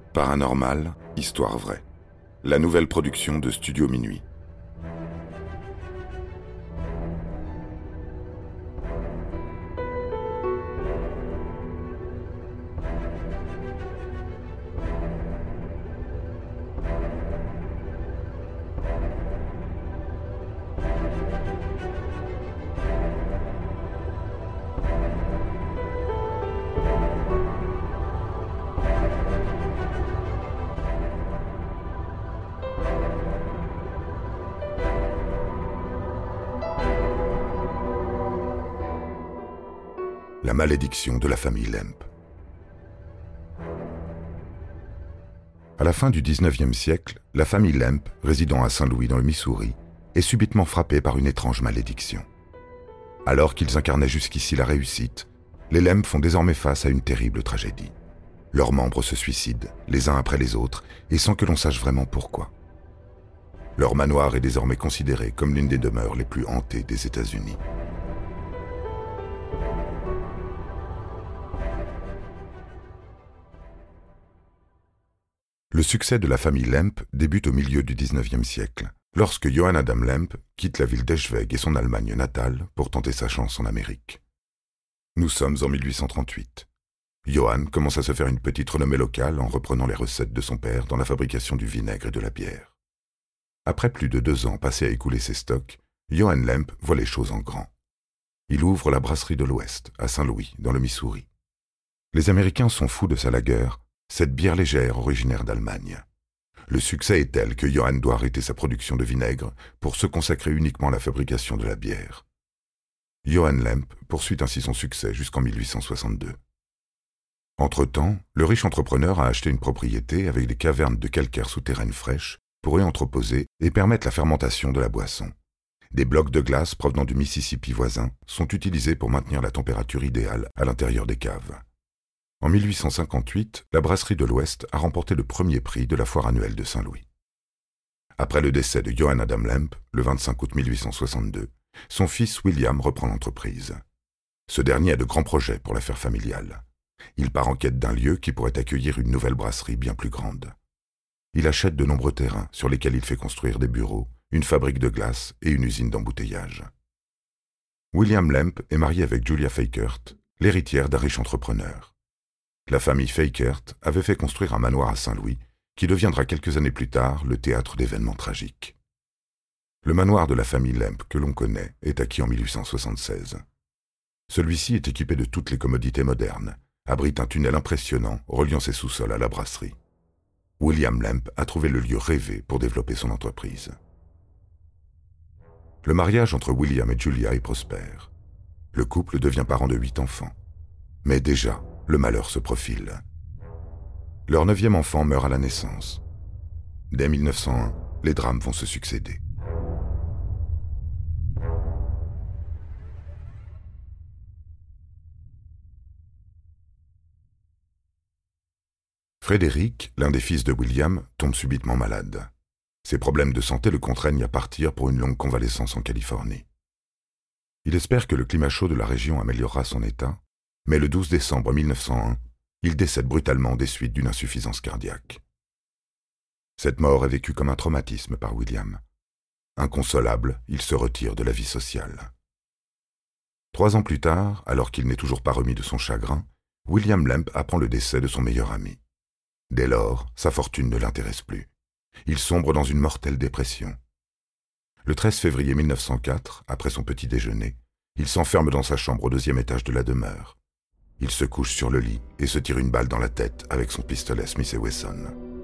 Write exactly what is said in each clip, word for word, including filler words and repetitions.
Paranormal, histoire vraie. La nouvelle production de Studio Minuit. La malédiction de la famille Lemp. À la fin du dix-neuvième siècle, la famille Lemp, résidant à Saint-Louis dans le Missouri, est subitement frappée par une étrange malédiction. Alors qu'ils incarnaient jusqu'ici la réussite, les Lemp font désormais face à une terrible tragédie. Leurs membres se suicident, les uns après les autres, et sans que l'on sache vraiment pourquoi. Leur manoir est désormais considéré comme l'une des demeures les plus hantées des États-Unis. Le succès de la famille Lemp débute au milieu du dix-neuvième siècle, lorsque Johann Adam Lemp quitte la ville d'Eschwege et son Allemagne natale pour tenter sa chance en Amérique. Nous sommes en mille huit cent trente-huit. Johann commence à se faire une petite renommée locale en reprenant les recettes de son père dans la fabrication du vinaigre et de la bière. Après plus de deux ans passés à écouler ses stocks, Johann Lemp voit les choses en grand. Il ouvre la brasserie de l'Ouest, à Saint-Louis, dans le Missouri. Les Américains sont fous de sa lager, cette bière légère originaire d'Allemagne. Le succès est tel que Johann doit arrêter sa production de vinaigre pour se consacrer uniquement à la fabrication de la bière. Johann Lemp poursuit ainsi son succès jusqu'en mille huit cent soixante-deux. Entre-temps, le riche entrepreneur a acheté une propriété avec des cavernes de calcaire souterraines fraîches pour y entreposer et permettre la fermentation de la boisson. Des blocs de glace provenant du Mississippi voisin sont utilisés pour maintenir la température idéale à l'intérieur des caves. En mille huit cent cinquante-huit, la brasserie de l'Ouest a remporté le premier prix de la foire annuelle de Saint-Louis. Après le décès de Johann Adam Lemp, le vingt-cinq août mille huit cent soixante-deux, son fils William reprend l'entreprise. Ce dernier a de grands projets pour l'affaire familiale. Il part en quête d'un lieu qui pourrait accueillir une nouvelle brasserie bien plus grande. Il achète de nombreux terrains sur lesquels il fait construire des bureaux, une fabrique de glace et une usine d'embouteillage. William Lemp est marié avec Julia Fakert, l'héritière d'un riche entrepreneur. La famille Fakert avait fait construire un manoir à Saint-Louis, qui deviendra quelques années plus tard le théâtre d'événements tragiques. Le manoir de la famille Lemp que l'on connaît est acquis en mille huit cent soixante-seize. Celui-ci est équipé de toutes les commodités modernes, abrite un tunnel impressionnant reliant ses sous-sols à la brasserie. William Lemp a trouvé le lieu rêvé pour développer son entreprise. Le mariage entre William et Julia est prospère. Le couple devient parent de huit enfants. Mais déjà, le malheur se profile. Leur neuvième enfant meurt à la naissance. Dès mille neuf cent un, les drames vont se succéder. Frédéric, l'un des fils de William, tombe subitement malade. Ses problèmes de santé le contraignent à partir pour une longue convalescence en Californie. Il espère que le climat chaud de la région améliorera son état, mais le douze décembre mille neuf cent un, il décède brutalement des suites d'une insuffisance cardiaque. Cette mort est vécue comme un traumatisme par William. Inconsolable, il se retire de la vie sociale. Trois ans plus tard, alors qu'il n'est toujours pas remis de son chagrin, William Lemp apprend le décès de son meilleur ami. Dès lors, sa fortune ne l'intéresse plus. Il sombre dans une mortelle dépression. Le treize février mille neuf cent quatre, après son petit déjeuner, il s'enferme dans sa chambre au deuxième étage de la demeure. Il se couche sur le lit et se tire une balle dans la tête avec son pistolet Smith et Wesson.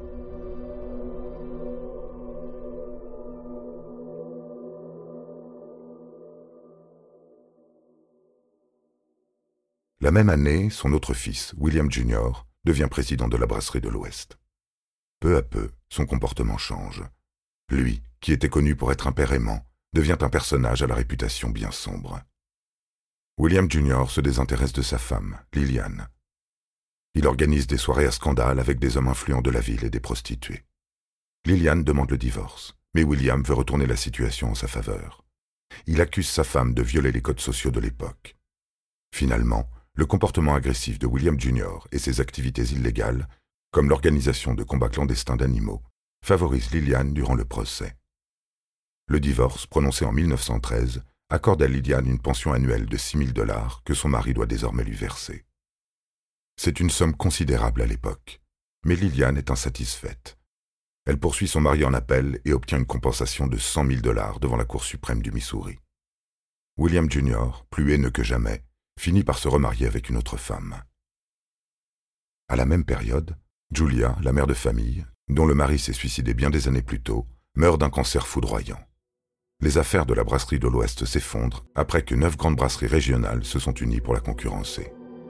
La même année, son autre fils, William junior, devient président de la brasserie de l'Ouest. Peu à peu, son comportement change. Lui, qui était connu pour être un père aimant, devient un personnage à la réputation bien sombre. William junior se désintéresse de sa femme, Lillian. Il organise des soirées à scandale avec des hommes influents de la ville et des prostituées. Lillian demande le divorce, mais William veut retourner la situation en sa faveur. Il accuse sa femme de violer les codes sociaux de l'époque. Finalement, le comportement agressif de William junior et ses activités illégales comme l'organisation de combats clandestins d'animaux, favorise Lillian durant le procès. Le divorce, prononcé en mille neuf cent treize, accorde à Lillian une pension annuelle de six mille dollars que son mari doit désormais lui verser. C'est une somme considérable à l'époque, mais Lillian est insatisfaite. Elle poursuit son mari en appel et obtient une compensation de cent mille dollars devant la Cour suprême du Missouri. William junior, plus haineux que jamais, finit par se remarier avec une autre femme. À la même période, Julia, la mère de famille, dont le mari s'est suicidé bien des années plus tôt, meurt d'un cancer foudroyant. Les affaires de la brasserie de l'Ouest s'effondrent après que neuf grandes brasseries régionales se sont unies pour la concurrencer.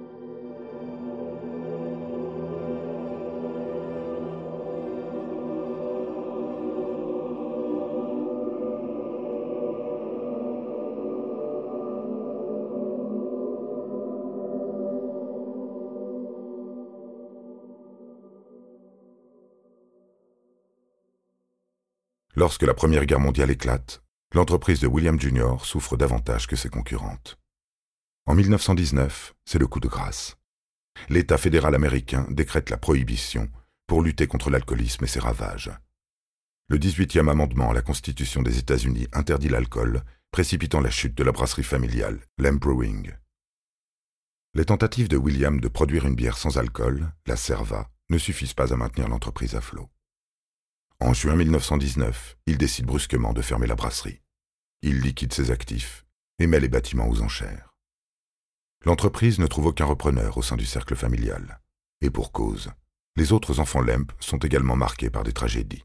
Lorsque la Première Guerre mondiale éclate, l'entreprise de William junior souffre davantage que ses concurrentes. En mille neuf cent dix-neuf, c'est le coup de grâce. L'État fédéral américain décrète la prohibition pour lutter contre l'alcoolisme et ses ravages. Le dix-huitième amendement à la Constitution des États-Unis interdit l'alcool, précipitant la chute de la brasserie familiale, Lamp Brewing. Les tentatives de William de produire une bière sans alcool, la Serva, ne suffisent pas à maintenir l'entreprise à flot. En juin mille neuf cent dix-neuf, il décide brusquement de fermer la brasserie. Il liquide ses actifs et met les bâtiments aux enchères. L'entreprise ne trouve aucun repreneur au sein du cercle familial. Et pour cause, les autres enfants Lamp sont également marqués par des tragédies.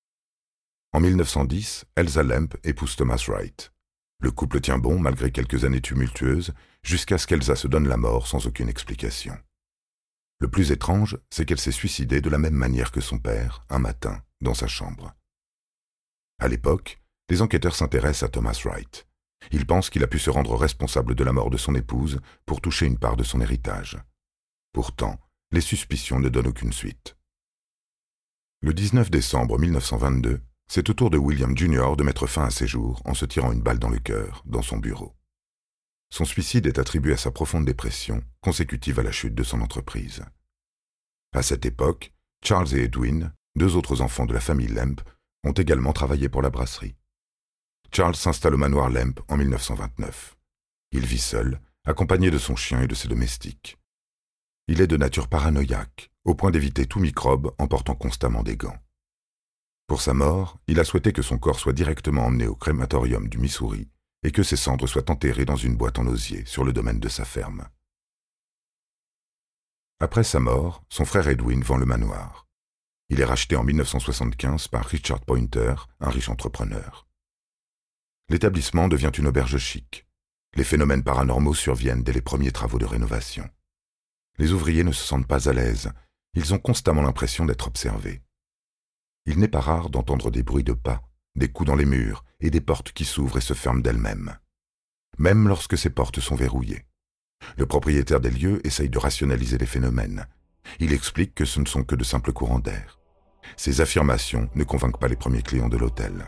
En mille neuf cent dix, Elsa Lamp épouse Thomas Wright. Le couple tient bon malgré quelques années tumultueuses, jusqu'à ce qu'Elsa se donne la mort sans aucune explication. Le plus étrange, c'est qu'elle s'est suicidée de la même manière que son père, un matin, dans sa chambre. À l'époque, les enquêteurs s'intéressent à Thomas Wright. Ils pensent qu'il a pu se rendre responsable de la mort de son épouse pour toucher une part de son héritage. Pourtant, les suspicions ne donnent aucune suite. Le dix-neuf décembre mille neuf cent vingt-deux, c'est au tour de William junior de mettre fin à ses jours en se tirant une balle dans le cœur, dans son bureau. Son suicide est attribué à sa profonde dépression, consécutive à la chute de son entreprise. À cette époque, Charles et Edwin, deux autres enfants de la famille Lamp, ont également travaillé pour la brasserie. Charles s'installe au manoir Lamp en mille neuf cent vingt-neuf. Il vit seul, accompagné de son chien et de ses domestiques. Il est de nature paranoïaque, au point d'éviter tout microbe en portant constamment des gants. Pour sa mort, il a souhaité que son corps soit directement emmené au crématorium du Missouri et que ses cendres soient enterrées dans une boîte en osier sur le domaine de sa ferme. Après sa mort, son frère Edwin vend le manoir. Il est racheté en mille neuf cent soixante-quinze par Richard Pointer, un riche entrepreneur. L'établissement devient une auberge chic. Les phénomènes paranormaux surviennent dès les premiers travaux de rénovation. Les ouvriers ne se sentent pas à l'aise, ils ont constamment l'impression d'être observés. Il n'est pas rare d'entendre des bruits de pas, des coups dans les murs et des portes qui s'ouvrent et se ferment d'elles-mêmes. Même lorsque ces portes sont verrouillées. Le propriétaire des lieux essaye de rationaliser les phénomènes. Il explique que ce ne sont que de simples courants d'air. Ces affirmations ne convainquent pas les premiers clients de l'hôtel.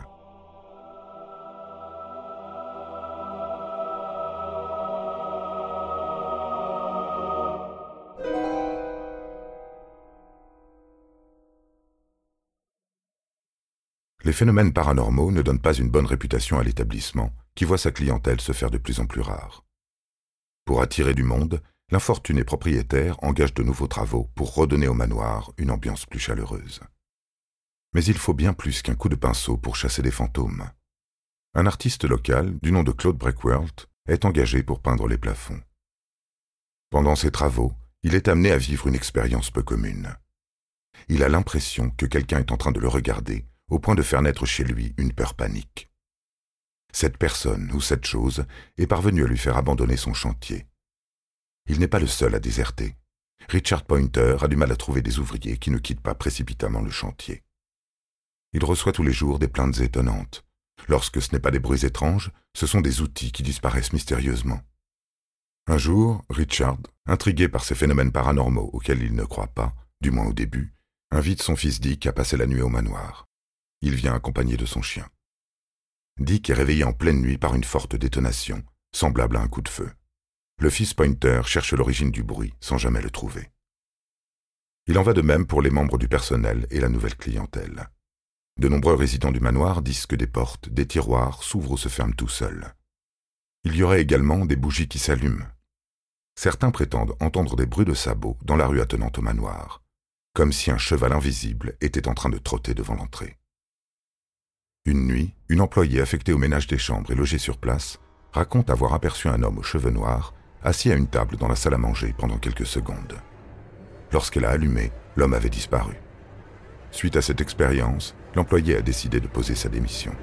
Les phénomènes paranormaux ne donnent pas une bonne réputation à l'établissement, qui voit sa clientèle se faire de plus en plus rare. Pour attirer du monde, l'infortuné propriétaire engage de nouveaux travaux pour redonner au manoir une ambiance plus chaleureuse. Mais il faut bien plus qu'un coup de pinceau pour chasser des fantômes. Un artiste local, du nom de Claude Breckworth, est engagé pour peindre les plafonds. Pendant ses travaux, il est amené à vivre une expérience peu commune. Il a l'impression que quelqu'un est en train de le regarder, au point de faire naître chez lui une peur panique. Cette personne ou cette chose est parvenue à lui faire abandonner son chantier. Il n'est pas le seul à déserter. Richard Pointer a du mal à trouver des ouvriers qui ne quittent pas précipitamment le chantier. Il reçoit tous les jours des plaintes étonnantes. Lorsque ce n'est pas des bruits étranges, ce sont des outils qui disparaissent mystérieusement. Un jour, Richard, intrigué par ces phénomènes paranormaux auxquels il ne croit pas, du moins au début, invite son fils Dick à passer la nuit au manoir. Il vient accompagné de son chien. Dick est réveillé en pleine nuit par une forte détonation, semblable à un coup de feu. Le fils Pointer cherche l'origine du bruit sans jamais le trouver. Il en va de même pour les membres du personnel et la nouvelle clientèle. De nombreux résidents du manoir disent que des portes, des tiroirs s'ouvrent ou se ferment tout seuls. Il y aurait également des bougies qui s'allument. Certains prétendent entendre des bruits de sabots dans la rue attenante au manoir, comme si un cheval invisible était en train de trotter devant l'entrée. Une nuit, une employée affectée au ménage des chambres et logée sur place raconte avoir aperçu un homme aux cheveux noirs assis à une table dans la salle à manger pendant quelques secondes. Lorsqu'elle a allumé, l'homme avait disparu. Suite à cette expérience, l'employé a décidé de poser sa démission.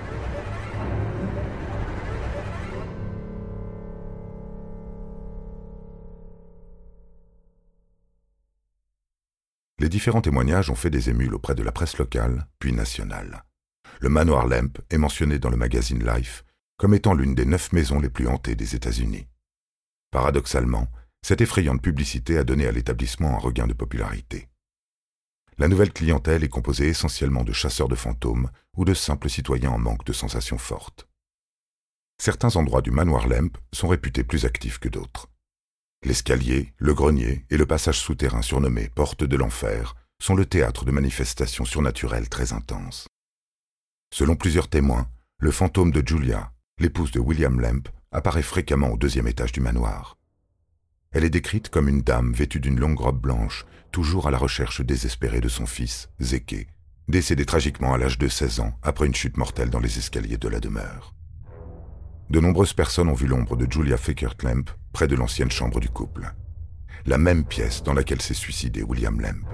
Les différents témoignages ont fait des émules auprès de la presse locale, puis nationale. Le manoir Lemp est mentionné dans le magazine Life comme étant l'une des neuf maisons les plus hantées des États-Unis. Paradoxalement, cette effrayante publicité a donné à l'établissement un regain de popularité. La nouvelle clientèle est composée essentiellement de chasseurs de fantômes ou de simples citoyens en manque de sensations fortes. Certains endroits du manoir Lemp sont réputés plus actifs que d'autres. L'escalier, le grenier et le passage souterrain surnommé Porte de l'Enfer sont le théâtre de manifestations surnaturelles très intenses. Selon plusieurs témoins, le fantôme de Julia, l'épouse de William Lemp, apparaît fréquemment au deuxième étage du manoir. Elle est décrite comme une dame vêtue d'une longue robe blanche, toujours à la recherche désespérée de son fils, Zeke, décédé tragiquement à l'âge de seize ans après une chute mortelle dans les escaliers de la demeure. De nombreuses personnes ont vu l'ombre de Julia Fickert Lemp près de l'ancienne chambre du couple, la même pièce dans laquelle s'est suicidé William Lemp.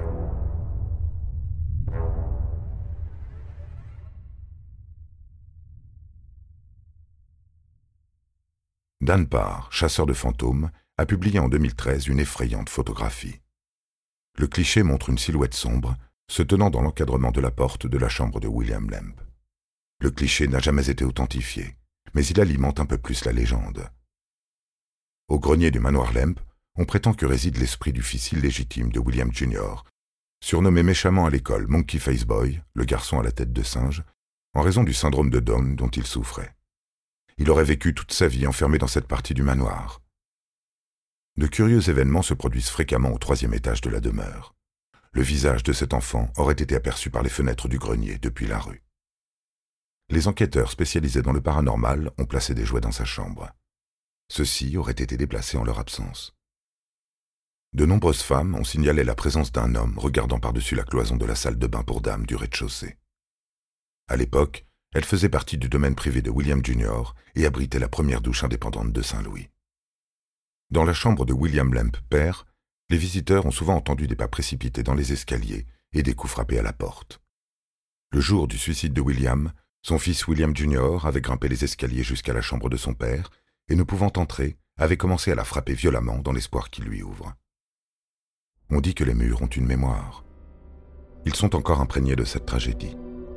Dan Parr, chasseur de fantômes, a publié en deux mille treize une effrayante photographie. Le cliché montre une silhouette sombre se tenant dans l'encadrement de la porte de la chambre de William Lemp. Le cliché n'a jamais été authentifié, mais il alimente un peu plus la légende. Au grenier du manoir Lemp, on prétend que réside l'esprit du fils illégitime de William junior, surnommé méchamment à l'école Monkey Face Boy, le garçon à la tête de singe, en raison du syndrome de Down dont il souffrait. Il aurait vécu toute sa vie enfermé dans cette partie du manoir. De curieux événements se produisent fréquemment au troisième étage de la demeure. Le visage de cet enfant aurait été aperçu par les fenêtres du grenier depuis la rue. Les enquêteurs spécialisés dans le paranormal ont placé des jouets dans sa chambre. Ceux-ci auraient été déplacés en leur absence. De nombreuses femmes ont signalé la présence d'un homme regardant par-dessus la cloison de la salle de bain pour dames du rez-de-chaussée. À l'époque, elle faisait partie du domaine privé de William junior et abritait la première douche indépendante de Saint-Louis. Dans la chambre de William Lemp père, les visiteurs ont souvent entendu des pas précipités dans les escaliers et des coups frappés à la porte. Le jour du suicide de William, son fils William junior avait grimpé les escaliers jusqu'à la chambre de son père et, ne pouvant entrer, avait commencé à la frapper violemment dans l'espoir qu'il lui ouvre. On dit que les murs ont une mémoire. Ils sont encore imprégnés de cette tragédie.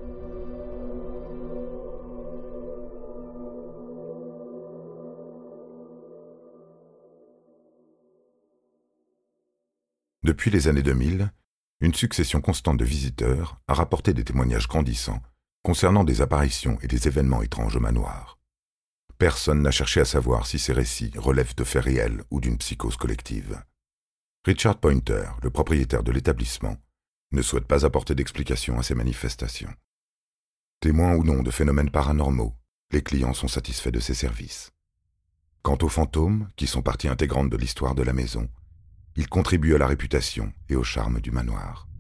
Depuis les années deux mille, une succession constante de visiteurs a rapporté des témoignages grandissants concernant des apparitions et des événements étranges au manoir. Personne n'a cherché à savoir si ces récits relèvent de faits réels ou d'une psychose collective. Richard Pointer, le propriétaire de l'établissement, ne souhaite pas apporter d'explication à ces manifestations. Témoins ou non de phénomènes paranormaux, les clients sont satisfaits de ces services. Quant aux fantômes, qui sont partie intégrante de l'histoire de la maison, ils contribuent à la réputation et au charme du manoir.